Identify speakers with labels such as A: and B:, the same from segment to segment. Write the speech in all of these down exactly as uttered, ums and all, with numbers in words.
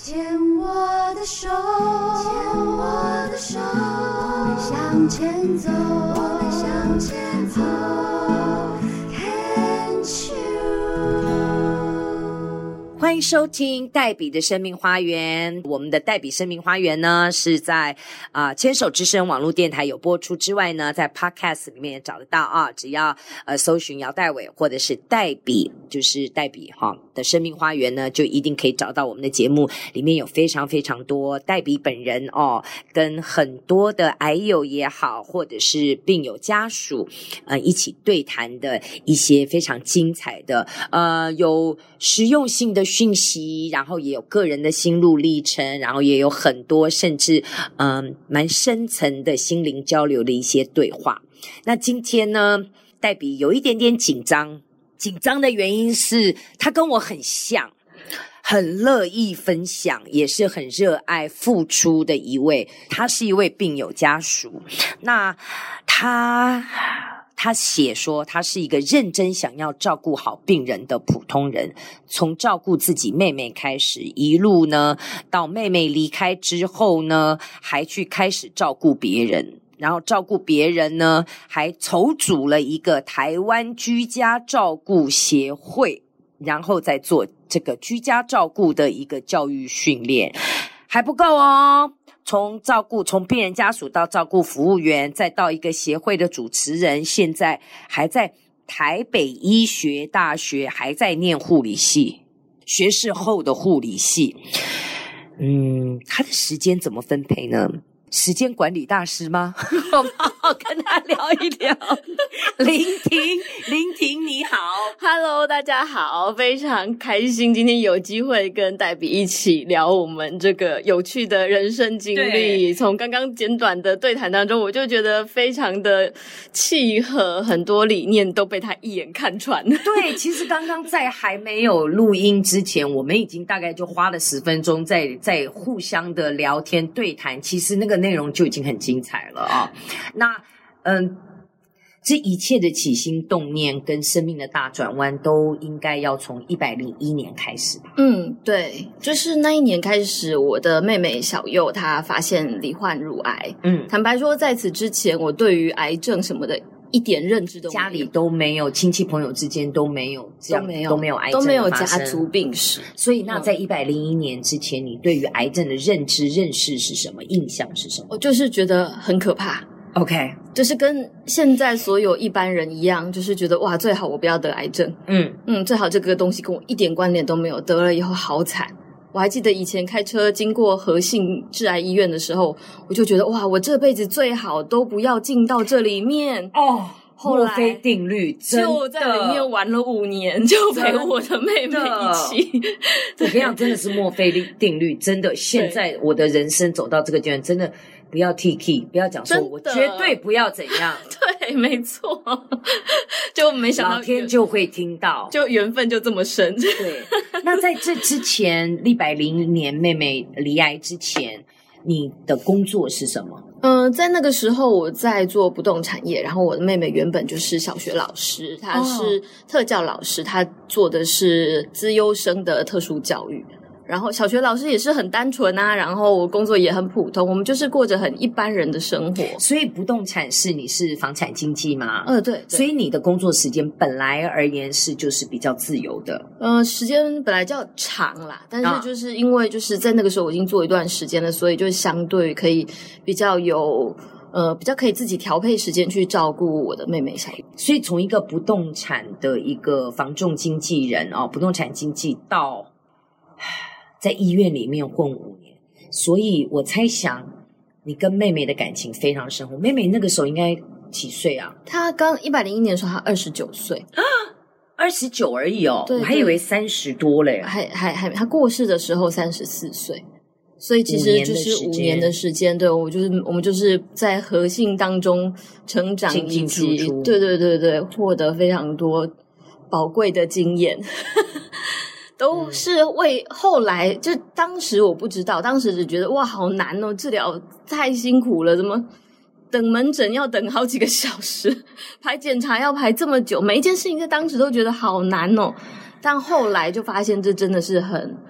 A: 牵我的手，牵我的手，我们向前走，我们向前走。
B: 欢迎收听黛比的生命花园。我们的黛比生命花园呢，是在啊、呃、牵手之声网络电台有播出之外呢，在 Podcast 里面也找得到啊。只要呃搜寻姚黛伟或者是黛比，就是黛比哈的生命花园呢，就一定可以找到我们的节目。里面有非常非常多黛比本人哦，跟很多的癌友也好，或者是病友家属呃一起对谈的一些非常精彩的呃有实用性的讯息，然后也有个人的心路历程，然后也有很多甚至嗯蛮深层的心灵交流的一些对话。那今天呢，黛比有一点点紧张，紧张的原因是他跟我很像，很乐意分享，也是很热爱付出的一位。他是一位病友家属，那他他写说他是一个认真想要照顾好病人的普通人，从照顾自己妹妹开始，一路呢到妹妹离开之后呢，还去开始照顾别人，然后照顾别人呢，还筹组了一个台湾居家照顾协会，然后再做这个居家照顾的一个教育训练。还不够哦，从照顾从病人家属到照顾服务员，再到一个协会的主持人，现在还在台北医学大学还在念护理系，学士后的护理系。嗯，他的时间怎么分配呢？时间管理大师吗？我们好好跟他聊一聊。林婷，林婷你好。
C: Hello， 大家好，非常开心今天有机会跟黛比一起聊我们这个有趣的人生经历。从刚刚简短的对谈当中，我就觉得非常的契合，很多理念都被他一眼看穿。
B: 对，其实刚刚在还没有录音之前，我们已经大概就花了十分钟在在互相的聊天对谈，其实那个内容就已经很精彩了啊。那嗯，这一切的起心动念跟生命的大转弯，都应该要从一百零一年开始吧？
C: 嗯，对，就是那一年开始，我的妹妹小佑她发现罹患乳癌。嗯，坦白说，在此之前，我对于癌症什么的一点认知都没有，
B: 家里都没有，亲戚朋友之间都没有这样，
C: 都没有
B: 都没有癌症
C: 都没有
B: 家
C: 族病史。
B: 所以那在一百零一年之前，你对于癌症的认知认识是什么？印象是什么？
C: 我就是觉得很可怕。
B: OK，
C: 就是跟现在所有一般人一样，就是觉得哇，最好我不要得癌症。嗯嗯，最好这个东西跟我一点关联都没有，得了以后好惨。我还记得以前开车经过和信致癌医院的时候，我就觉得哇，我这辈子最好都不要进到这里面
B: 哦。
C: 后来
B: 墨菲定律
C: 就在里面玩了五年，就陪我的妹妹一起。
B: 我跟你讲，真的是墨菲定律，真的。现在我的人生走到这个阶段，真的不要 T K， 不要讲说我绝对不要怎样。
C: 对，没错，就没想到
B: 老天就会听到，
C: 就缘分就这么深。
B: 对，那在这之前，一百零年妹妹罹癌之前，你的工作是什么？
C: 嗯、呃，在那个时候我在做不动产业，然后我的妹妹原本就是小学老师，她是特教老师，她做的是资优生的特殊教育。然后小学老师也是很单纯啊，然后我工作也很普通，我们就是过着很一般人的生活。
B: 所以不动产是你是房产经纪吗？
C: 呃对，对，
B: 所以你的工作时间本来而言是就是比较自由的。
C: 呃时间本来较长啦，但是就是因为就是在那个时候我已经做一段时间了，所以就相对可以比较有呃比较可以自己调配时间去照顾我的妹妹小。
B: 所以从一个不动产的一个房仲经纪人哦，不动产经纪到在医院里面混五年，所以我猜想你跟妹妹的感情非常深厚。妹妹那个时候应该几岁啊？
C: 她刚一百零一年的时候，她二十九岁啊，
B: 二十九而已哦，
C: 对，
B: 我还以为三十多嘞。
C: 还还还，她过世的时候三十四岁，所以其实就是五年的时间。对，我就是我们就是在和信当中成长，以及对对对对，获得非常多宝贵的经验。都是为后来，就当时我不知道，当时只觉得哇好难哦，治疗太辛苦了，怎么等门诊要等好几个小时，排检查要排这么久，每一件事情在当时都觉得好难哦。但后来就发现这真的是很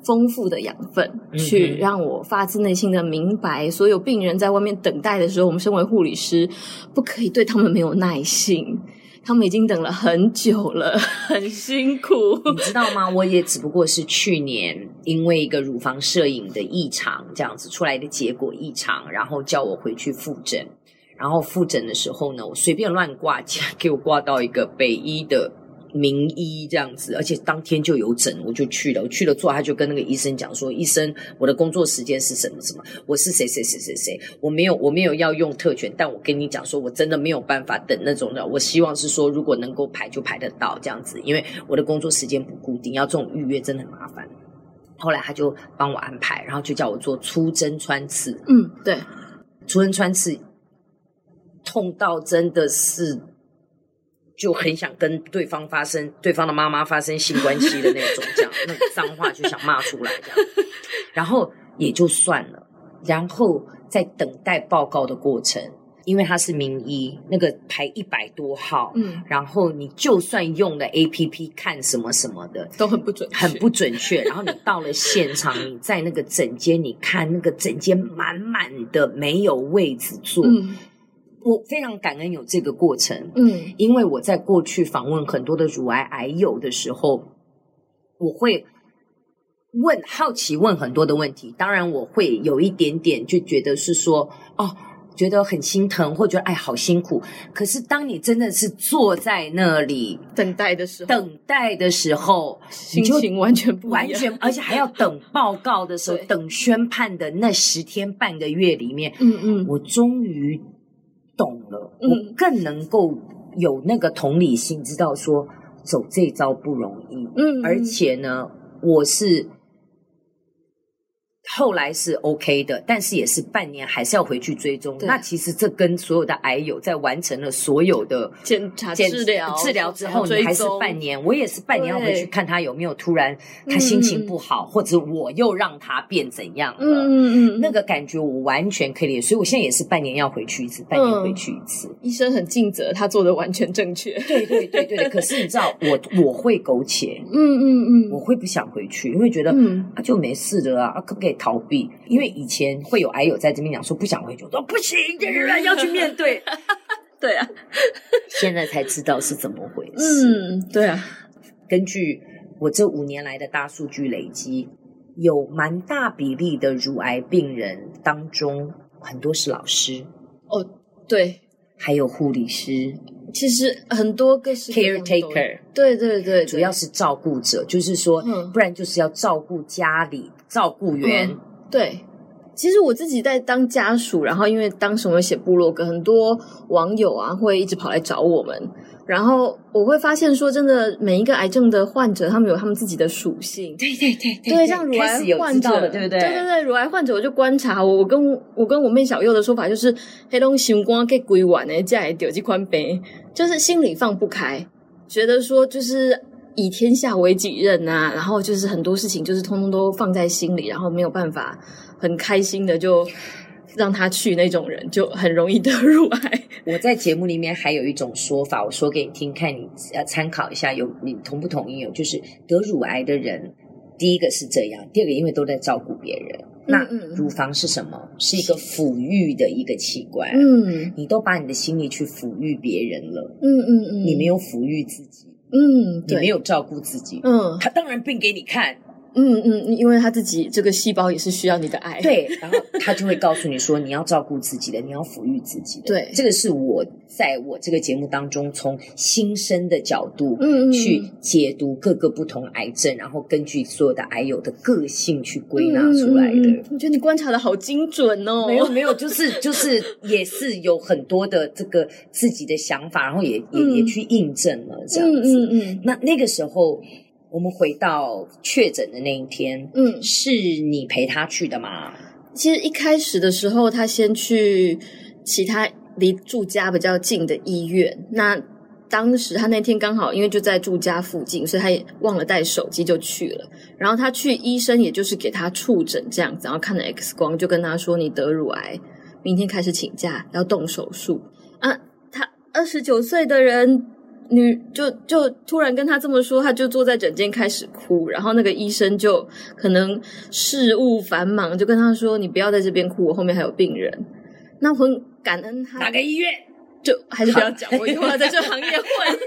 C: 丰富的养分，嗯、去让我发自内心的明白，所有病人在外面等待的时候，我们身为护理师不可以对他们没有耐性。他们已经等了很久了，很辛苦。
B: 你知道吗？我也只不过是去年因为一个乳房摄影的异常，这样子出来的结果异常，然后叫我回去复诊。然后复诊的时候呢，我随便乱挂，给我挂到一个北医的名医这样子，而且当天就有诊，我就去了。我去了之后，他就跟那个医生讲说：“医生，我的工作时间是什么什么，我是谁谁谁谁谁，我没有我没有要用特权，但我跟你讲说，我真的没有办法等那种的。我希望是说，如果能够排就排得到这样子，因为我的工作时间不固定，要这种预约真的很麻烦。”后来他就帮我安排，然后就叫我做粗针穿刺。
C: 嗯，对，
B: 粗针穿刺痛到真的是。就很想跟对方发生对方的妈妈发生性关系的那种，这样那个脏话就想骂出来这样，然后也就算了。然后在等待报告的过程，因为他是名医，那个排一百多号，嗯，然后你就算用了 A P P 看什么什么的，
C: 都很不准确，
B: 很不准确。然后你到了现场，你在那个诊间，你看那个诊间满满的没有位置坐。嗯，我非常感恩有这个过程，嗯，因为我在过去访问很多的乳癌癌友的时候，我会问好奇问很多的问题，当然我会有一点点就觉得是说哦，觉得很心疼，或觉得哎好辛苦。可是当你真的是坐在那里
C: 等待的时候，
B: 等待的时候，
C: 心情完全不一样，
B: 完全，而且还要等报告的时候，等宣判的那十天半个月里面，嗯嗯，我终于懂了，嗯，我更能够有那个同理心，知道说走这招不容易，嗯，而且呢，我是后来是 OK 的，但是也是半年还是要回去追踪。那其实这跟所有的癌友在完成了所有的
C: 检查、治疗、
B: 治疗之后，你还是半年。我也是半年要回去看他有没有突然他心情不好，嗯、或者我又让他变怎样了。嗯嗯嗯，那个感觉我完全可以理解，所以我现在也是半年要回去一次，半年回去一次。
C: 嗯、医生很尽责，他做的完全正确。
B: 对对对对对，可是你知道，我我会苟且，嗯嗯嗯，我会不想回去，因为觉得、嗯、啊就没事了啊，啊可不可以逃避？因为以前会有癌友在这边讲说不想回去，我说不行，这个人要去面对。
C: 对啊，
B: 现在才知道是怎么回事。
C: 嗯，对啊。
B: 根据我这五年来的大数据累积，有蛮大比例的乳癌病人当中，很多是老师。
C: 哦，对，
B: 还有护理师。
C: 其实很多个是
B: caretaker，
C: 对对 对, 对，
B: 主要是照顾者，就是说、嗯，不然就是要照顾家里照顾员。嗯、
C: 对，其实我自己在当家属，然后因为当时我们写部落格，很多网友啊会一直跑来找我们，然后我会发现说，真的每一个癌症的患者，他们有他们自己的属性。
B: 对对对 对,
C: 对，像乳癌患者，
B: 对不对？
C: 对对对，乳癌患者，我就观察我，我跟我跟我妹小佑的说法就是，黑龙心肝给归完的，才会得这款病，就是心里放不开，觉得说就是以天下为己任啊，然后就是很多事情就是通通都放在心里，然后没有办法很开心的就让他去那种人，就很容易得乳癌。
B: 我在节目里面还有一种说法，我说给你听，看你呃参考一下，有你同不同意？有就是得乳癌的人，第一个是这样，第二个因为都在照顾别人。那乳房是什么？是一个抚育的一个器官。嗯，你都把你的心力去抚育别人了。嗯嗯嗯，你没有抚育自己。嗯，你没有照顾自己。嗯，他当然病给你看。
C: 嗯嗯，因为他自己这个细胞也是需要你的爱。
B: 对，然后他就会告诉你说，你要照顾自己的，你要抚育自己的。
C: 对，
B: 这个是我在我这个节目当中从新生的角度嗯去解读各个不同癌症，然后根据所有的癌友的个性去归纳出来的。嗯嗯嗯，
C: 我觉得你观察的好精准哦。
B: 没有没有，就是就是也是有很多的这个自己的想法，然后也也、嗯、也去印证了这样子。嗯嗯嗯，那那个时候。我们回到确诊的那一天，嗯，是你陪他去的吗？
C: 其实一开始的时候，他先去其他离住家比较近的医院。那当时他那天刚好因为就在住家附近，所以他也忘了带手机就去了。然后他去，医生也就是给他触诊这样子，然后看了 X 光，就跟他说你得乳癌，明天开始请假要动手术啊。他二十九岁的人。 女就就突然跟他这么说，他就坐在诊间开始哭，然后那个医生就可能事务繁忙，就跟他说：“你不要在这边哭，我后面还有病人。”那我很感恩他。
B: 哪个医院？
C: 就还是不要讲，我以后要在这行业混。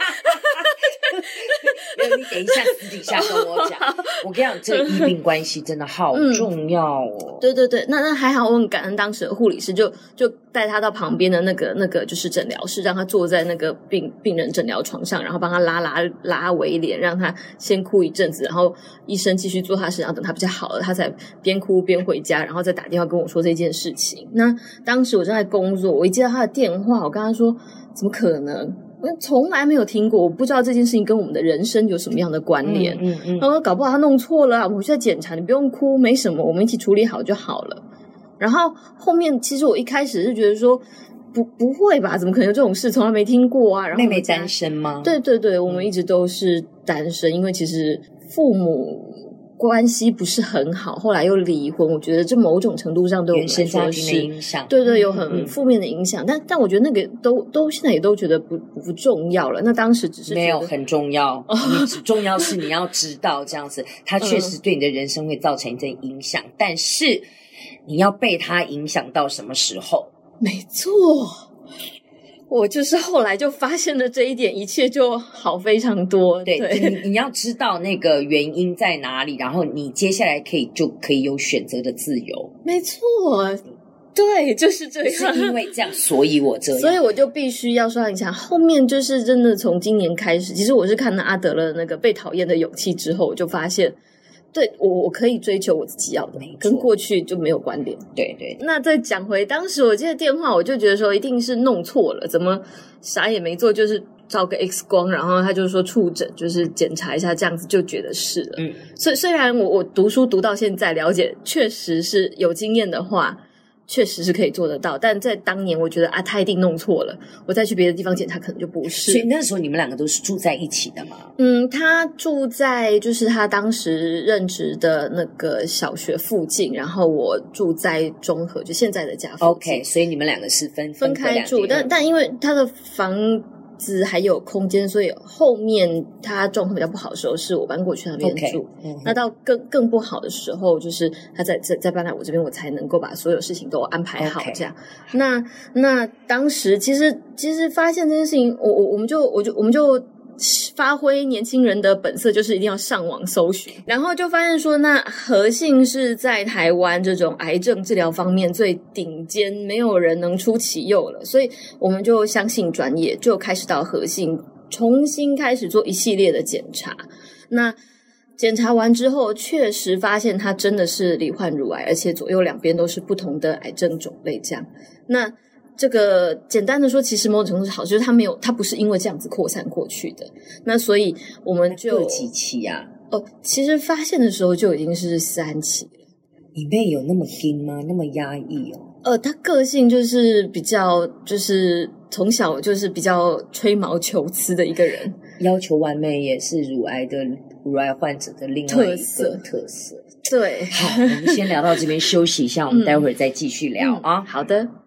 B: 没有，你等一下私底下跟我讲。我跟你讲，这个医病关系真的好重要哦。
C: 嗯、对对对，那那还好，我很感恩当时的护理师就就带他到旁边的那个那个就是诊疗室，让他坐在那个病病人诊疗床上，然后帮他拉拉拉围帘，让他先哭一阵子，然后医生继续做他事，然后等他比较好了，他才边哭边回家，然后再打电话跟我说这件事情。那当时我正在工作，我一接到他的电话，我跟他说：“怎么可能？我从来没有听过，我不知道这件事情跟我们的人生有什么样的关联。嗯”嗯嗯，然后搞不好他弄错了，我们回去再检查，你不用哭，没什么，我们一起处理好就好了。然后后面其实我一开始是觉得说不不会吧，怎么可能有这种事，从来没听过啊。然后
B: 妹妹单身吗？
C: 对对对，我们一直都是单身，因为其实父母关系不是很好，后来又离婚，我觉得这某种程度上对我们来说是
B: 影响，
C: 对对，有很负面的影响。嗯、但但我觉得那个都都现在也都觉得不不重要了。那当时只是
B: 没有很重要，你只重要是你要知道这样子，它确实对你的人生会造成一定影响，嗯、但是你要被它影响到什么时候？
C: 没错。我就是后来就发现了这一点，一切就好非常多。
B: 对，
C: 对
B: 你你要知道那个原因在哪里，然后你接下来可以就可以有选择的自由。
C: 没错，对，就是这样。
B: 是因为这样，所以我这样，
C: 所以我就必须要说一下。后面就是真的从今年开始，其实我是看了阿德勒那个《被讨厌的勇气》之后，我就发现。对，我我可以追求我自己要的，跟过去就没有关联。
B: 对对。
C: 那再讲回当时我接的电话，我就觉得说一定是弄错了，怎么啥也没做，就是照个 X 光，然后他就说触诊，就是检查一下，这样子就觉得是了。嗯。所以虽然我我读书读到现在，了解确实是有经验的话。确实是可以做得到，但在当年我觉得啊，他一定弄错了，我再去别的地方检查可能就不是。
B: 所以那时候你们两个都是住在一起的吗？
C: 嗯，他住在就是他当时任职的那个小学附近，然后我住在中和，就现在的家附近。
B: OK， 所以你们两个是分
C: 分开住，但但因为他的房子还有空间，所以后面他状况比较不好的时候，是我搬过去那边住。Okay, 嗯、那到更更不好的时候，就是他再再再搬来我这边，我才能够把所有事情都安排好。这样， okay. 那那当时其实其实发现这件事情，我我我们就我就我们就。发挥年轻人的本色，就是一定要上网搜寻，然后就发现说，那和信是在台湾这种癌症治疗方面最顶尖，没有人能出其右了，所以我们就相信专业，就开始到和信重新开始做一系列的检查。那检查完之后，确实发现他真的是罹患乳癌，而且左右两边都是不同的癌症种类。这样，那这个简单的说，其实某种程度是好，就是他没有，他不是因为这样子扩散过去的。那所以我们就
B: 各几期啊？
C: 哦，其实发现的时候就已经是三期了。
B: 你妹有那么硬吗？那么压抑哦？
C: 呃，他个性就是比较，就是从小就是比较吹毛求疵的一个人，
B: 要求完美也是乳癌的乳癌患者的另外一个特色。特色对，好，我们先聊到这边，休息一下，我们待会儿再继续聊、嗯、啊。
C: 好的。